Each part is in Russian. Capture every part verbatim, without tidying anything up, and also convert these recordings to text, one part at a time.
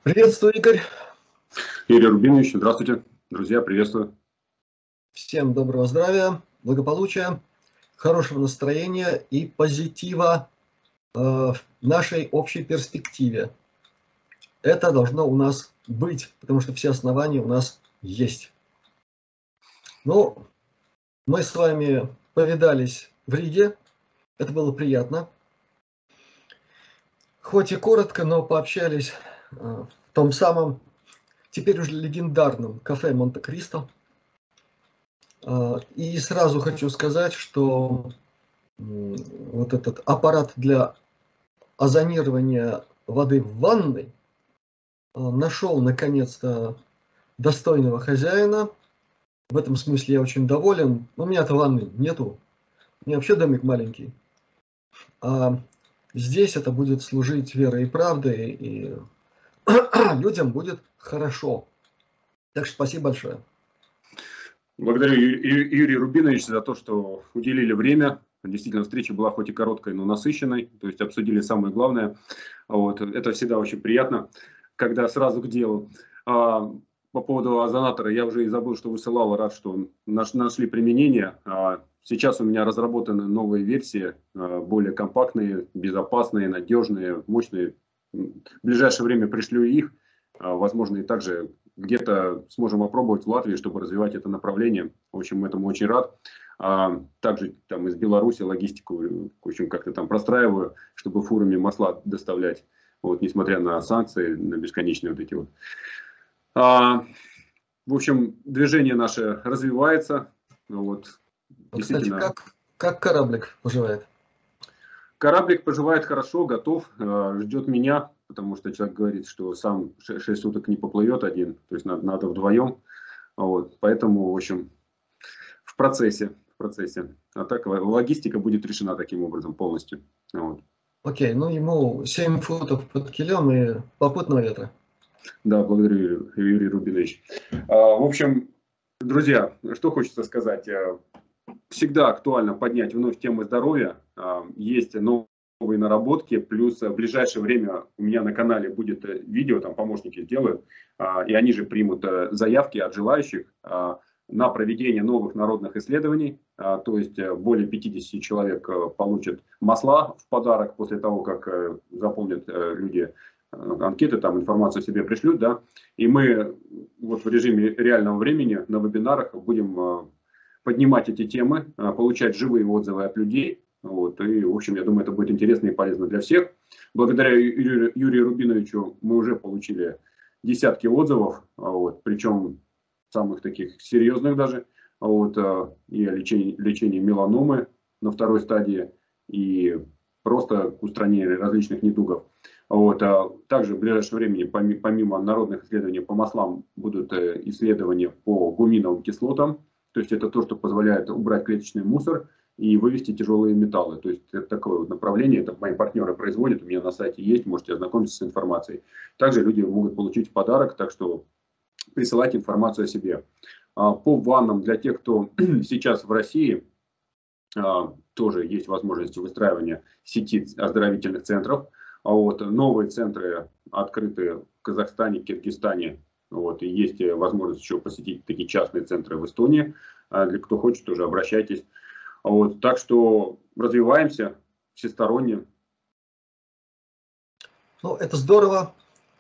Приветствую, Игорь. Юрий Рубинович, здравствуйте. Друзья, приветствую. Всем доброго здравия, благополучия, хорошего настроения и позитива э, в нашей общей перспективе. Это должно у нас быть, потому что все основания у нас есть. Ну, мы с вами повидались в Риге. Это было приятно. Хоть и коротко, но пообщались э, в том самом, теперь уже легендарном кафе Монте-Кристо. И сразу хочу сказать, что вот этот аппарат для озонирования воды в ванной нашел наконец-то достойного хозяина. В этом смысле я очень доволен. У меня-то ванны нету. У меня вообще домик маленький. А здесь это будет служить верой и правдой, и людям будет хорошо. Так что спасибо большое. Благодарю Юрия Рубиновича за то, что уделили время. Действительно, встреча была хоть и короткой, но насыщенной. То есть обсудили самое главное. Вот. Это всегда очень приятно, когда сразу к делу. А, по поводу озонатора, я уже и забыл, что высылал. Рад, что наш, нашли применение. А, сейчас у меня разработаны новые версии, а, более компактные, безопасные, надежные, мощные. В ближайшее время пришлю их. А, возможно, и также где-то сможем опробовать в Латвии, чтобы развивать это направление. В общем, этому очень рад. А, также там из Беларуси логистику, в общем, как-то там простраиваю, чтобы фурами масла доставлять, вот, несмотря на санкции, на бесконечные вот эти вот. А, в общем, движение наше развивается. Вот, Кстати, как, как кораблик поживает? Кораблик поживает хорошо, готов, ждет меня, потому что человек говорит, что сам шесть суток не поплывет один, то есть надо, надо вдвоем. Вот, поэтому, в общем, в процессе, в процессе. А так логистика будет решена таким образом полностью. Вот. Окей, ну ему семь футов под килем и попутного ветра. Да, благодарю, Юрий Рубинович. А, в общем, друзья, что хочется сказать. Всегда актуально поднять вновь тему здоровья. Есть новые наработки, плюс в ближайшее время у меня на канале будет видео, там помощники сделают, и они же примут заявки от желающих на проведение новых народных исследований. То есть более пятидесяти человек получат масла в подарок после того, как заполнят люди анкеты, там информацию себе пришлют, да, и мы вот в режиме реального времени на вебинарах будем поднимать эти темы, получать живые отзывы от людей. Вот. И, в общем, я думаю, это будет интересно и полезно для всех. Благодаря Юрию, Юрию Рубиновичу мы уже получили десятки отзывов, вот, причем самых таких серьезных даже, вот, и о лечении, лечении меланомы на второй стадии, и просто устранение различных недугов. Вот. А также в ближайшее время, помимо, помимо народных исследований по маслам, будут исследования по гуминовым кислотам. То есть это то, что позволяет убрать клеточный мусор и вывести тяжелые металлы. То есть это такое вот направление, это мои партнеры производят, у меня на сайте есть, можете ознакомиться с информацией. Также люди могут получить подарок, так что присылайте информацию о себе. По ваннам для тех, кто сейчас в России, тоже есть возможность выстраивания сети оздоровительных центров. А вот новые центры открыты в Казахстане, Киргизстане. Вот, и есть возможность еще посетить такие частные центры в Эстонии. Для кто хочет, тоже обращайтесь. Вот, так что развиваемся всесторонне. Ну, это здорово.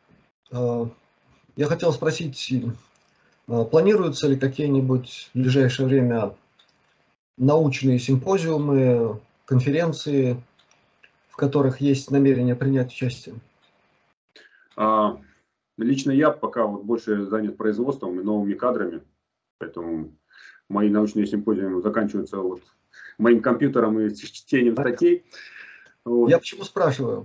Я хотел спросить, планируются ли какие-нибудь в ближайшее время научные симпозиумы, конференции, в которых есть намерение принять участие? А, лично я пока вот больше занят производством и новыми кадрами, поэтому мои научные симпозиумы заканчиваются вот моим компьютером и чтением статей. Вот. Я почему спрашиваю?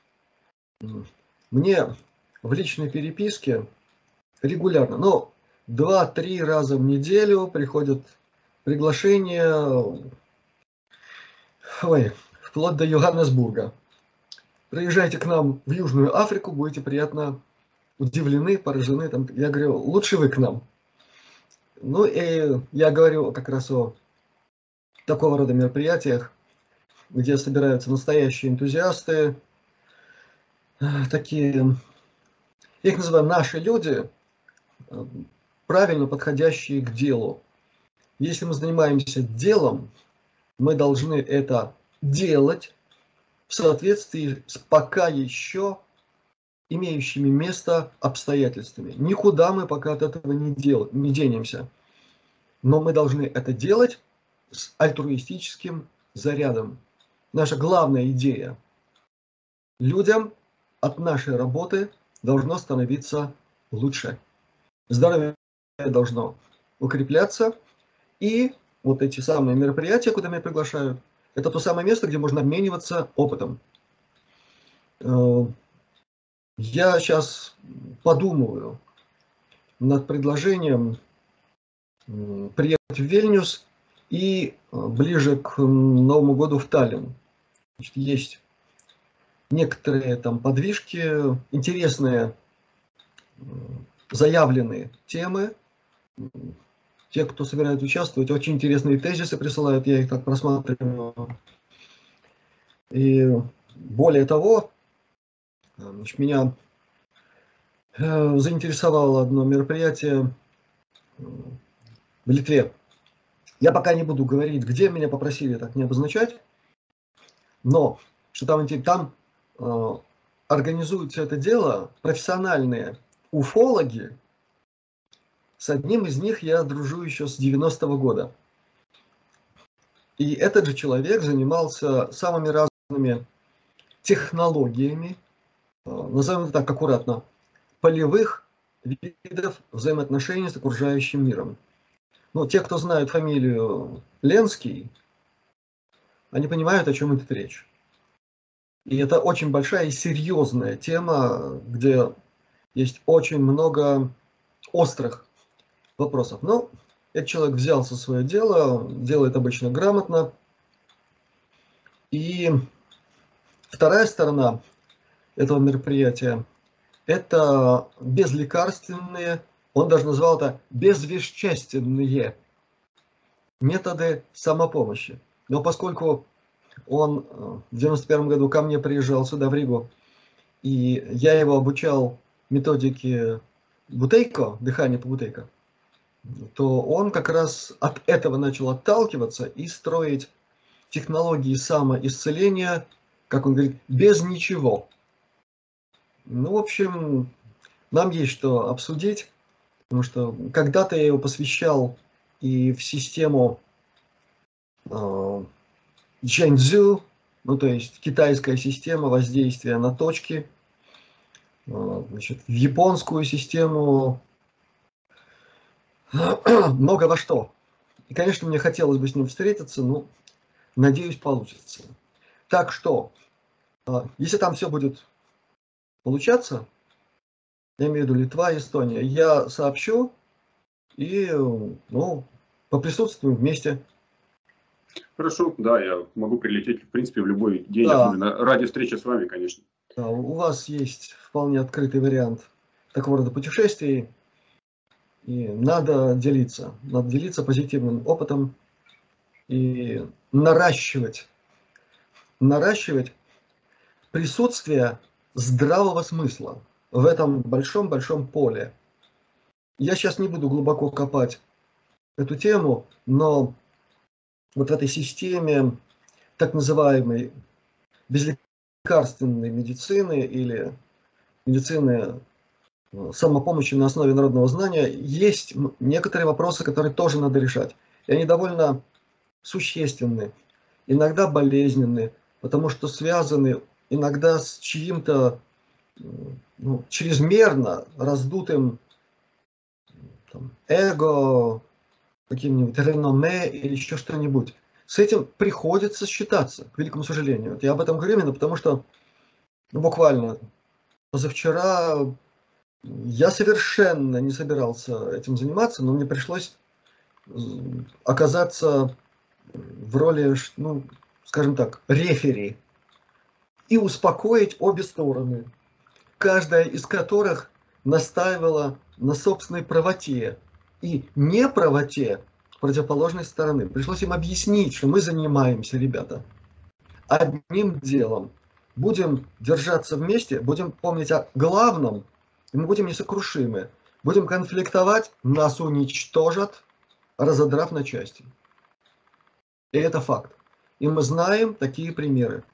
Мне в личной переписке регулярно, ну, два-три раза в неделю приходят приглашения, ой, вплоть до Йоханнесбурга. Приезжайте к нам в Южную Африку, будете приятно удивлены, поражены. Там, я говорю, лучше вы к нам. Ну и я говорю как раз о такого рода мероприятиях, где собираются настоящие энтузиасты, такие я их называю наши люди, правильно подходящие к делу. Если мы занимаемся делом, мы должны это делать в соответствии с пока еще имеющими место обстоятельствами. Никуда мы пока от этого не, дел, не денемся. Но мы должны это делать с альтруистическим зарядом. Наша главная идея. Людям от нашей работы должно становиться лучше. Здоровье должно укрепляться. И вот эти самые мероприятия, куда меня приглашают, это то самое место, где можно обмениваться опытом. Я сейчас подумываю над предложением приехать в Вильнюс и ближе к Новому году в Таллин. Значит, есть некоторые там подвижки, интересные заявленные темы. Те, кто собирается участвовать, очень интересные тезисы присылают, я их так просматриваю. И более того, значит, меня заинтересовало одно мероприятие в Литве. Я пока не буду говорить, где, меня попросили так не обозначать, но что там, там э, организуют все это дело профессиональные уфологи. С одним из них я дружу еще с девяностого года. И этот же человек занимался самыми разными технологиями, э, назовем это так аккуратно, полевых видов взаимоотношений с окружающим миром. Ну, те, кто знают фамилию Ленский, они понимают, о чем идет речь. И это очень большая и серьезная тема, где есть очень много острых вопросов. Но этот человек взялся свое дело, делает обычно грамотно. И вторая сторона этого мероприятия – это безлекарственные, он даже назвал это безвещественные методы самопомощи. Но поскольку он в девяносто первом году ко мне приезжал сюда, в Ригу, и я его обучал методике Бутейко, дыхание по Бутейко, то он как раз от этого начал отталкиваться и строить технологии самоисцеления, как он говорит, без ничего. Ну, в общем, нам есть что обсудить, потому что когда-то я его посвящал и в систему э, Чжэньцзю, ну, то есть китайская система воздействия на точки, э, значит, в японскую систему, много во что. И, конечно, мне хотелось бы с ним встретиться, но, надеюсь, получится. Так что, э, если там все будет получаться, я имею в виду Литва, Эстония, я сообщу и, ну, поприсутствуем вместе. Хорошо, да, я могу прилететь, в принципе, в любой день, Да. особенно ради встречи с вами, конечно. Да, у вас есть вполне открытый вариант такого рода путешествий, и надо делиться, надо делиться позитивным опытом и наращивать, наращивать присутствие здравого смысла в этом большом-большом поле. Я сейчас не буду глубоко копать эту тему, но вот в этой системе так называемой безлекарственной медицины или медицины самопомощи на основе народного знания есть некоторые вопросы, которые тоже надо решать. И они довольно существенны, иногда болезненны, потому что связаны иногда с чьим-то, ну, чрезмерно раздутым там, эго, каким-нибудь реноме или еще что-нибудь. С этим приходится считаться, к великому сожалению. Я об этом говорю именно потому, что ну, буквально позавчера я совершенно не собирался этим заниматься, но мне пришлось оказаться в роли, ну, скажем так, рефери и успокоить обе стороны, каждая из которых настаивала на собственной правоте и неправоте противоположной стороны. Пришлось им объяснить, что мы занимаемся, ребята, одним делом. Будем держаться вместе, будем помнить о главном, и мы будем несокрушимы. Будем конфликтовать, нас уничтожат, разодрав на части. И это факт. И мы знаем такие примеры.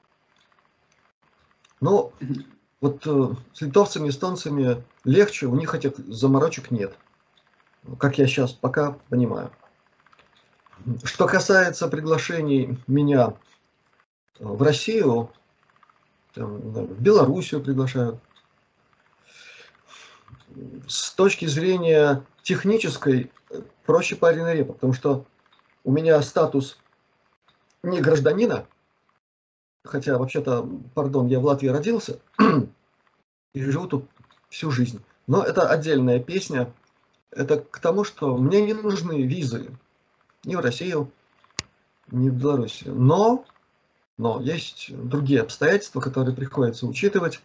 Но вот э, с литовцами, эстонцами легче, у них этих заморочек нет. Как я сейчас пока понимаю. Что касается приглашений меня в Россию, там, в Белоруссию приглашают. С точки зрения технической проще пареной репы, потому что у меня статус не гражданина, хотя вообще-то, пардон, я в Латвии родился и живу тут всю жизнь. Но это отдельная песня. Это к тому, что мне не нужны визы ни в Россию, ни в Белоруссию. Но, но есть другие обстоятельства, которые приходится учитывать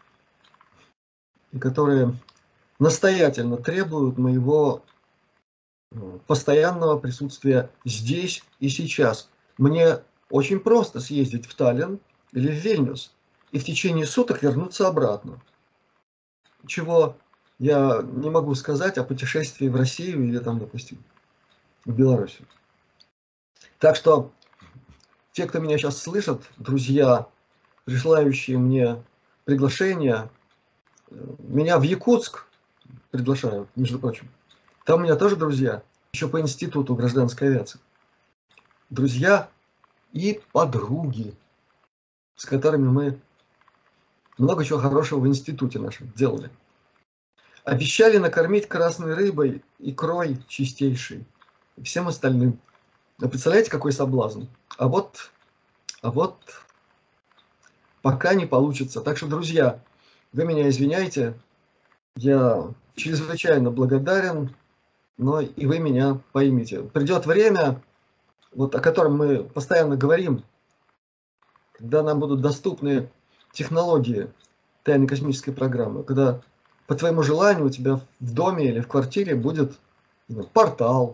и которые настоятельно требуют моего постоянного присутствия здесь и сейчас. Мне очень просто съездить в Таллин или в Вильнюс и в течение суток вернуться обратно. Чего я не могу сказать о путешествии в Россию или там, допустим, в Белоруссию. Так что те, кто меня сейчас слышат, друзья, присылающие мне приглашения, меня в Якутск приглашают, между прочим. Там у меня тоже друзья, еще по институту гражданской авиации. Друзья и подруги, с которыми мы много чего хорошего в институте нашем делали. Обещали накормить красной рыбой, икрой чистейшей и всем остальным. Вы представляете, какой соблазн? А вот, а вот пока не получится. Так что, друзья, вы меня извиняйте, я чрезвычайно благодарен, но и вы меня поймите. Придет время, вот о котором мы постоянно говорим, когда нам будут доступны технологии тайной космической программы, когда по твоему желанию у тебя в доме или в квартире будет ну, портал.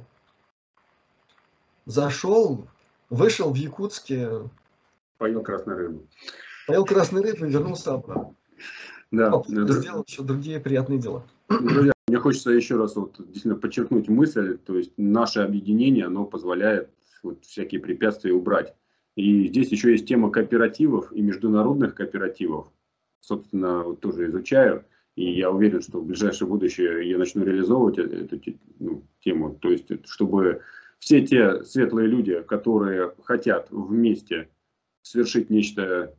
Зашел, вышел в Якутске, Поел красной рыбы. поел красной рыбы и вернулся обратно. Да. О, сделал еще другие приятные дела. Друзья, мне хочется еще раз вот действительно подчеркнуть мысль, то есть наше объединение, оно позволяет вот всякие препятствия убрать. И здесь еще есть тема кооперативов и международных кооперативов. Собственно, вот тоже изучаю. И я уверен, что в ближайшее будущее я начну реализовывать эту ну, тему. То есть, чтобы все те светлые люди, которые хотят вместе совершить нечто,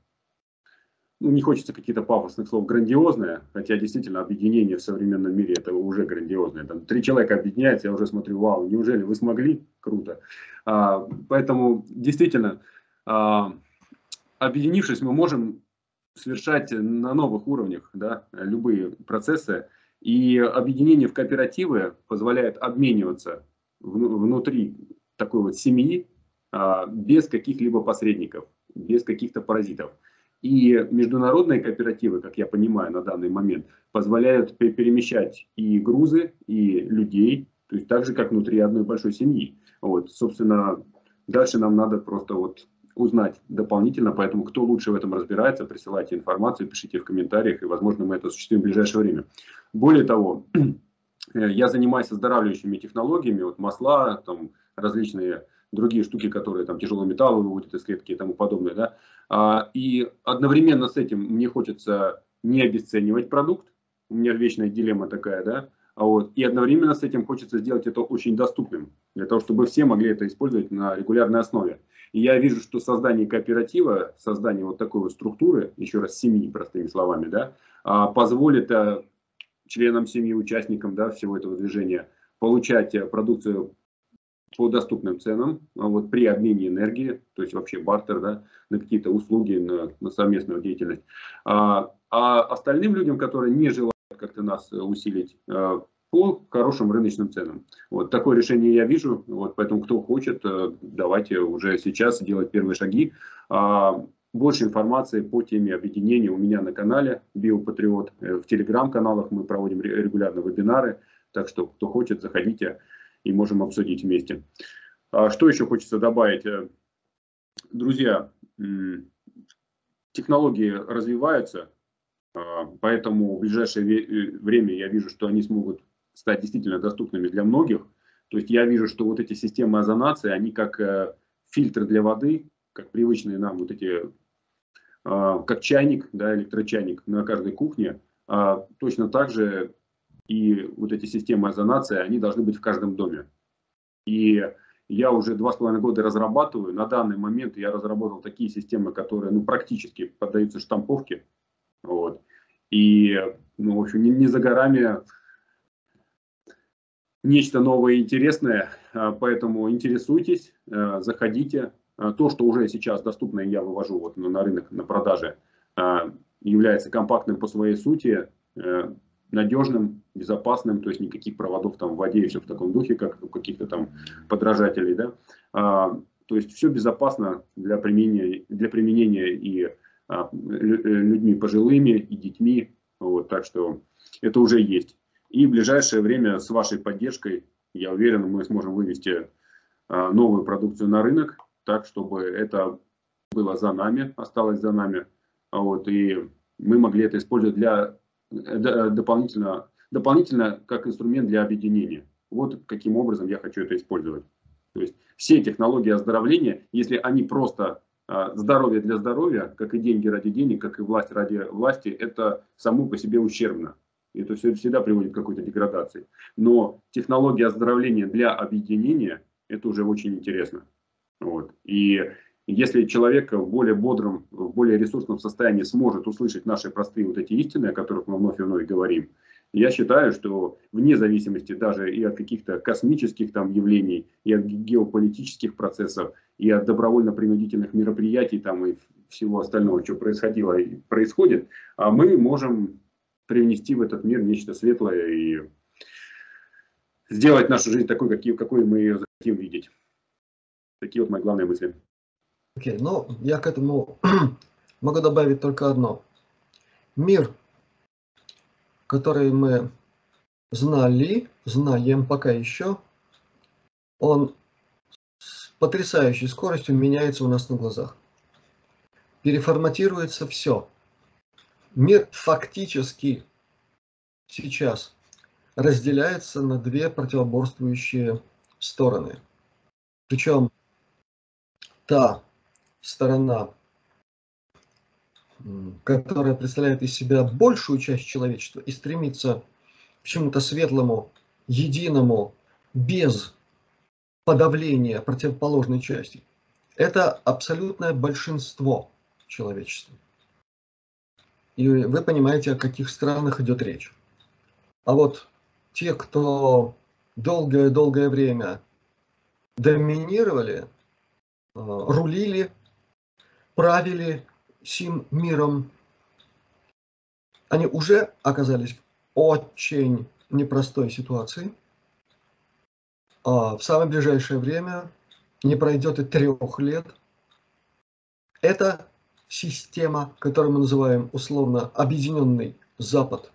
ну, не хочется каких-то пафосных слов, грандиозное, хотя действительно объединение в современном мире это уже грандиозное. Там три человека объединяются, я уже смотрю, вау, неужели вы смогли? Круто. А, поэтому действительно, а, объединившись, мы можем совершать на новых уровнях, да, любые процессы. И объединение в кооперативы позволяет обмениваться внутри такой вот семьи а, без каких-либо посредников, без каких-то паразитов. И международные кооперативы, как я понимаю на данный момент, позволяют перемещать и грузы, и людей, то есть так же, как внутри одной большой семьи. Вот, собственно, дальше нам надо просто вот узнать дополнительно, поэтому кто лучше в этом разбирается, присылайте информацию, пишите в комментариях, и, возможно, мы это осуществим в ближайшее время. Более того, я занимаюсь оздоравливающими технологиями, вот масла, там, различные другие штуки, которые там тяжелые металлы выводят из клетки и тому подобное, да. А, и одновременно с этим мне хочется не обесценивать продукт, у меня вечная дилемма такая, да, а вот, и одновременно с этим хочется сделать это очень доступным, для того, чтобы все могли это использовать на регулярной основе. И я вижу, что создание кооператива, создание вот такой вот структуры, еще раз семьи, простыми словами, да, позволит членам семьи, участникам, да, всего этого движения получать продукцию по доступным ценам, вот, при обмене энергии, то есть вообще бартер, да, на какие-то услуги, на, на совместную деятельность. А, а остальным людям, которые не желают как-то нас усилить, по хорошим рыночным ценам. Вот такое решение я вижу, вот, поэтому кто хочет, давайте уже сейчас делать первые шаги. Больше информации по теме объединения у меня на канале Биопатриот. В телеграм-каналах мы проводим регулярно вебинары, так что кто хочет, заходите и можем обсудить вместе. Что еще хочется добавить? Друзья, технологии развиваются, Поэтому в ближайшее время я вижу, что они смогут стать действительно доступными для многих. То есть я вижу, что вот эти системы озонации, они как фильтры для воды, как привычные нам вот эти, как чайник, да, электрочайник на каждой кухне, точно так же и вот эти системы озонации, они должны быть в каждом доме. И я уже два с половиной года разрабатываю. На данный момент я разработал такие системы, которые ну, практически поддаются штамповке. Вот. И, ну, в общем, не, не за горами нечто новое и интересное. Поэтому интересуйтесь, заходите. То, что уже сейчас доступно, я вывожу вот на рынок, на продаже, является компактным по своей сути, надежным, безопасным, то есть никаких проводов там в воде и все в таком духе, как у каких-то там подражателей, да. А, то есть все безопасно для применения, для применения и а, людьми пожилыми, и детьми, вот, так что это уже есть. И в ближайшее время с вашей поддержкой, я уверен, мы сможем вывести а, новую продукцию на рынок, так, чтобы это было за нами, осталось за нами, вот, и мы могли это использовать для дополнительно, дополнительно как инструмент для объединения. Вот каким образом я хочу это использовать. То есть все технологии оздоровления, если они просто а, здоровье для здоровья, как и деньги ради денег, как и власть ради власти, это само по себе ущербно. Это все всегда приводит к какой-то деградации. Но технология оздоровления для объединения, это уже очень интересно. Вот. И если человек в более бодром, в более ресурсном состоянии сможет услышать наши простые вот эти истины, о которых мы вновь и вновь говорим, я считаю, что вне зависимости даже и от каких-то космических там явлений, и от геополитических процессов, и от добровольно-принудительных мероприятий там и всего остального, что происходило и происходит, мы можем привнести в этот мир нечто светлое и сделать нашу жизнь такой, какой, какой мы ее захотим видеть. Такие вот мои главные мысли. Окей, okay, ну я к этому могу добавить только одно. Мир, который мы знали, знаем пока еще, он с потрясающей скоростью меняется у нас на глазах. Переформатируется все. Мир фактически сейчас разделяется на две противоборствующие стороны. Причем та сторона, которая представляет из себя большую часть человечества и стремится к чему-то светлому, единому, без подавления противоположной части, это абсолютное большинство человечества. И вы понимаете, о каких странах идет речь. А вот те, кто долгое-долгое время доминировали, рулили, правили сим миром, они уже оказались в очень непростой ситуации. А в самое ближайшее время, не пройдет и трех лет, эта система, которую мы называем условно Объединенный Запад,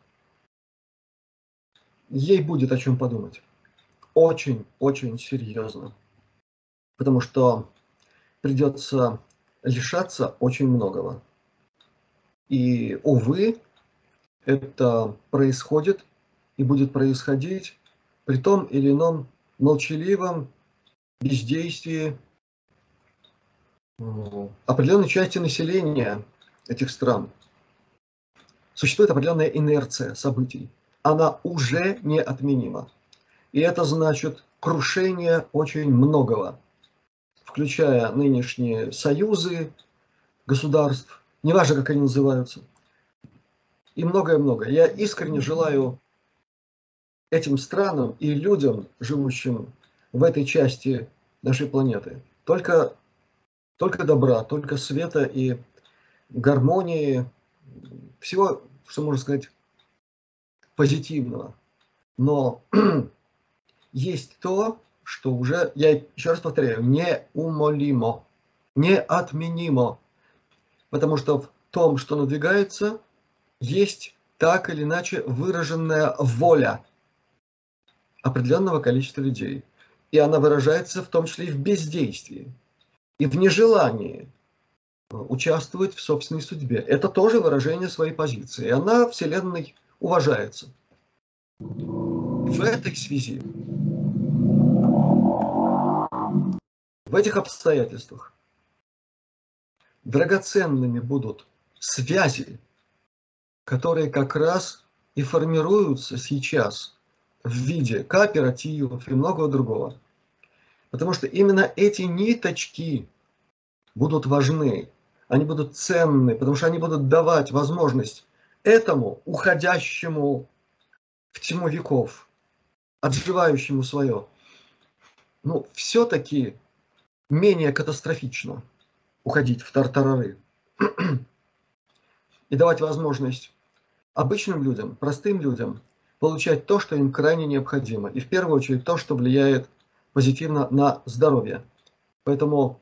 ей будет о чем подумать. Очень-очень серьезно. Потому что придется лишаться очень многого. И, увы, это происходит и будет происходить при том или ином молчаливом бездействии определенной части населения этих стран. Существует определенная инерция событий. Она уже неотменима. И это значит крушение очень многого, включая нынешние союзы государств, неважно, как они называются, и многое-многое. Я искренне желаю этим странам и людям, живущим в этой части нашей планеты, только, только добра, только света и гармонии, всего, что можно сказать, позитивного. Но есть то, что уже, я еще раз повторяю, неумолимо, неотменимо. Потому что в том, что надвигается, есть так или иначе выраженная воля определенного количества людей. И она выражается в том числе и в бездействии, и в нежелании участвовать в собственной судьбе. Это тоже выражение своей позиции. И она Вселенной уважается. В этой связи, в этих обстоятельствах драгоценными будут связи, которые как раз и формируются сейчас в виде кооперативов и многого другого. Потому что именно эти ниточки будут важны, они будут ценны, потому что они будут давать возможность этому уходящему в тьму веков, отживающему свое, ну, все-таки менее катастрофично уходить в тартарары и давать возможность обычным людям, простым людям получать то, что им крайне необходимо. И в первую очередь то, что влияет позитивно на здоровье. Поэтому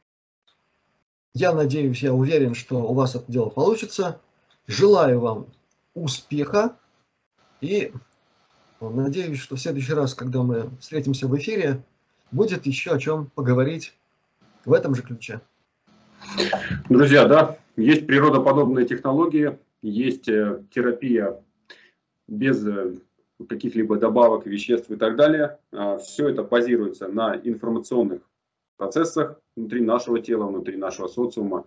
я надеюсь, я уверен, что у вас это дело получится. Желаю вам успеха. И надеюсь, что в следующий раз, когда мы встретимся в эфире, будет еще о чем поговорить в этом же ключе. Друзья, да, есть природоподобные технологии, есть терапия без каких-либо добавок, веществ и так далее. Все это базируется на информационных процессах внутри нашего тела, внутри нашего социума.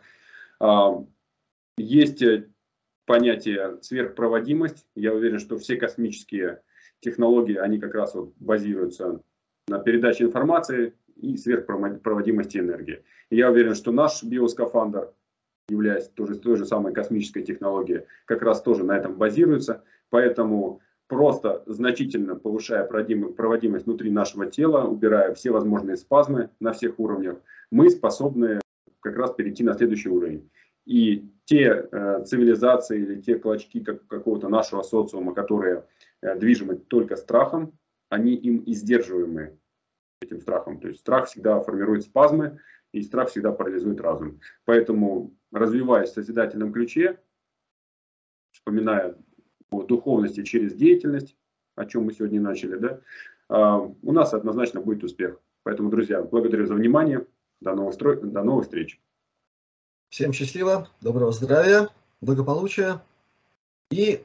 Есть понятие сверхпроводимость. Я уверен, что все космические технологии, они как раз вот базируются на передаче информации и сверхпроводимости энергии. Я уверен, что наш биоскафандр, являясь тоже той же самой космической технологией, как раз тоже на этом базируется. Поэтому просто значительно повышая проводимость внутри нашего тела, убирая все возможные спазмы на всех уровнях, мы способны как раз перейти на следующий уровень. И те э, цивилизации или те клочки как, какого-то нашего социума, которые э, движимы только страхом, они им и сдерживаемы этим страхом. То есть страх всегда формирует спазмы, и страх всегда парализует разум. Поэтому, развиваясь в созидательном ключе, вспоминая о духовности через деятельность, о чем мы сегодня начали, да, э, у нас однозначно будет успех. Поэтому, друзья, благодарю за внимание. До новых, стро... До новых встреч. Всем счастливо, доброго здравия, благополучия. И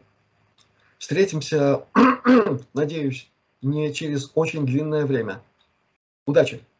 встретимся, надеюсь, не через очень длинное время. Удачи!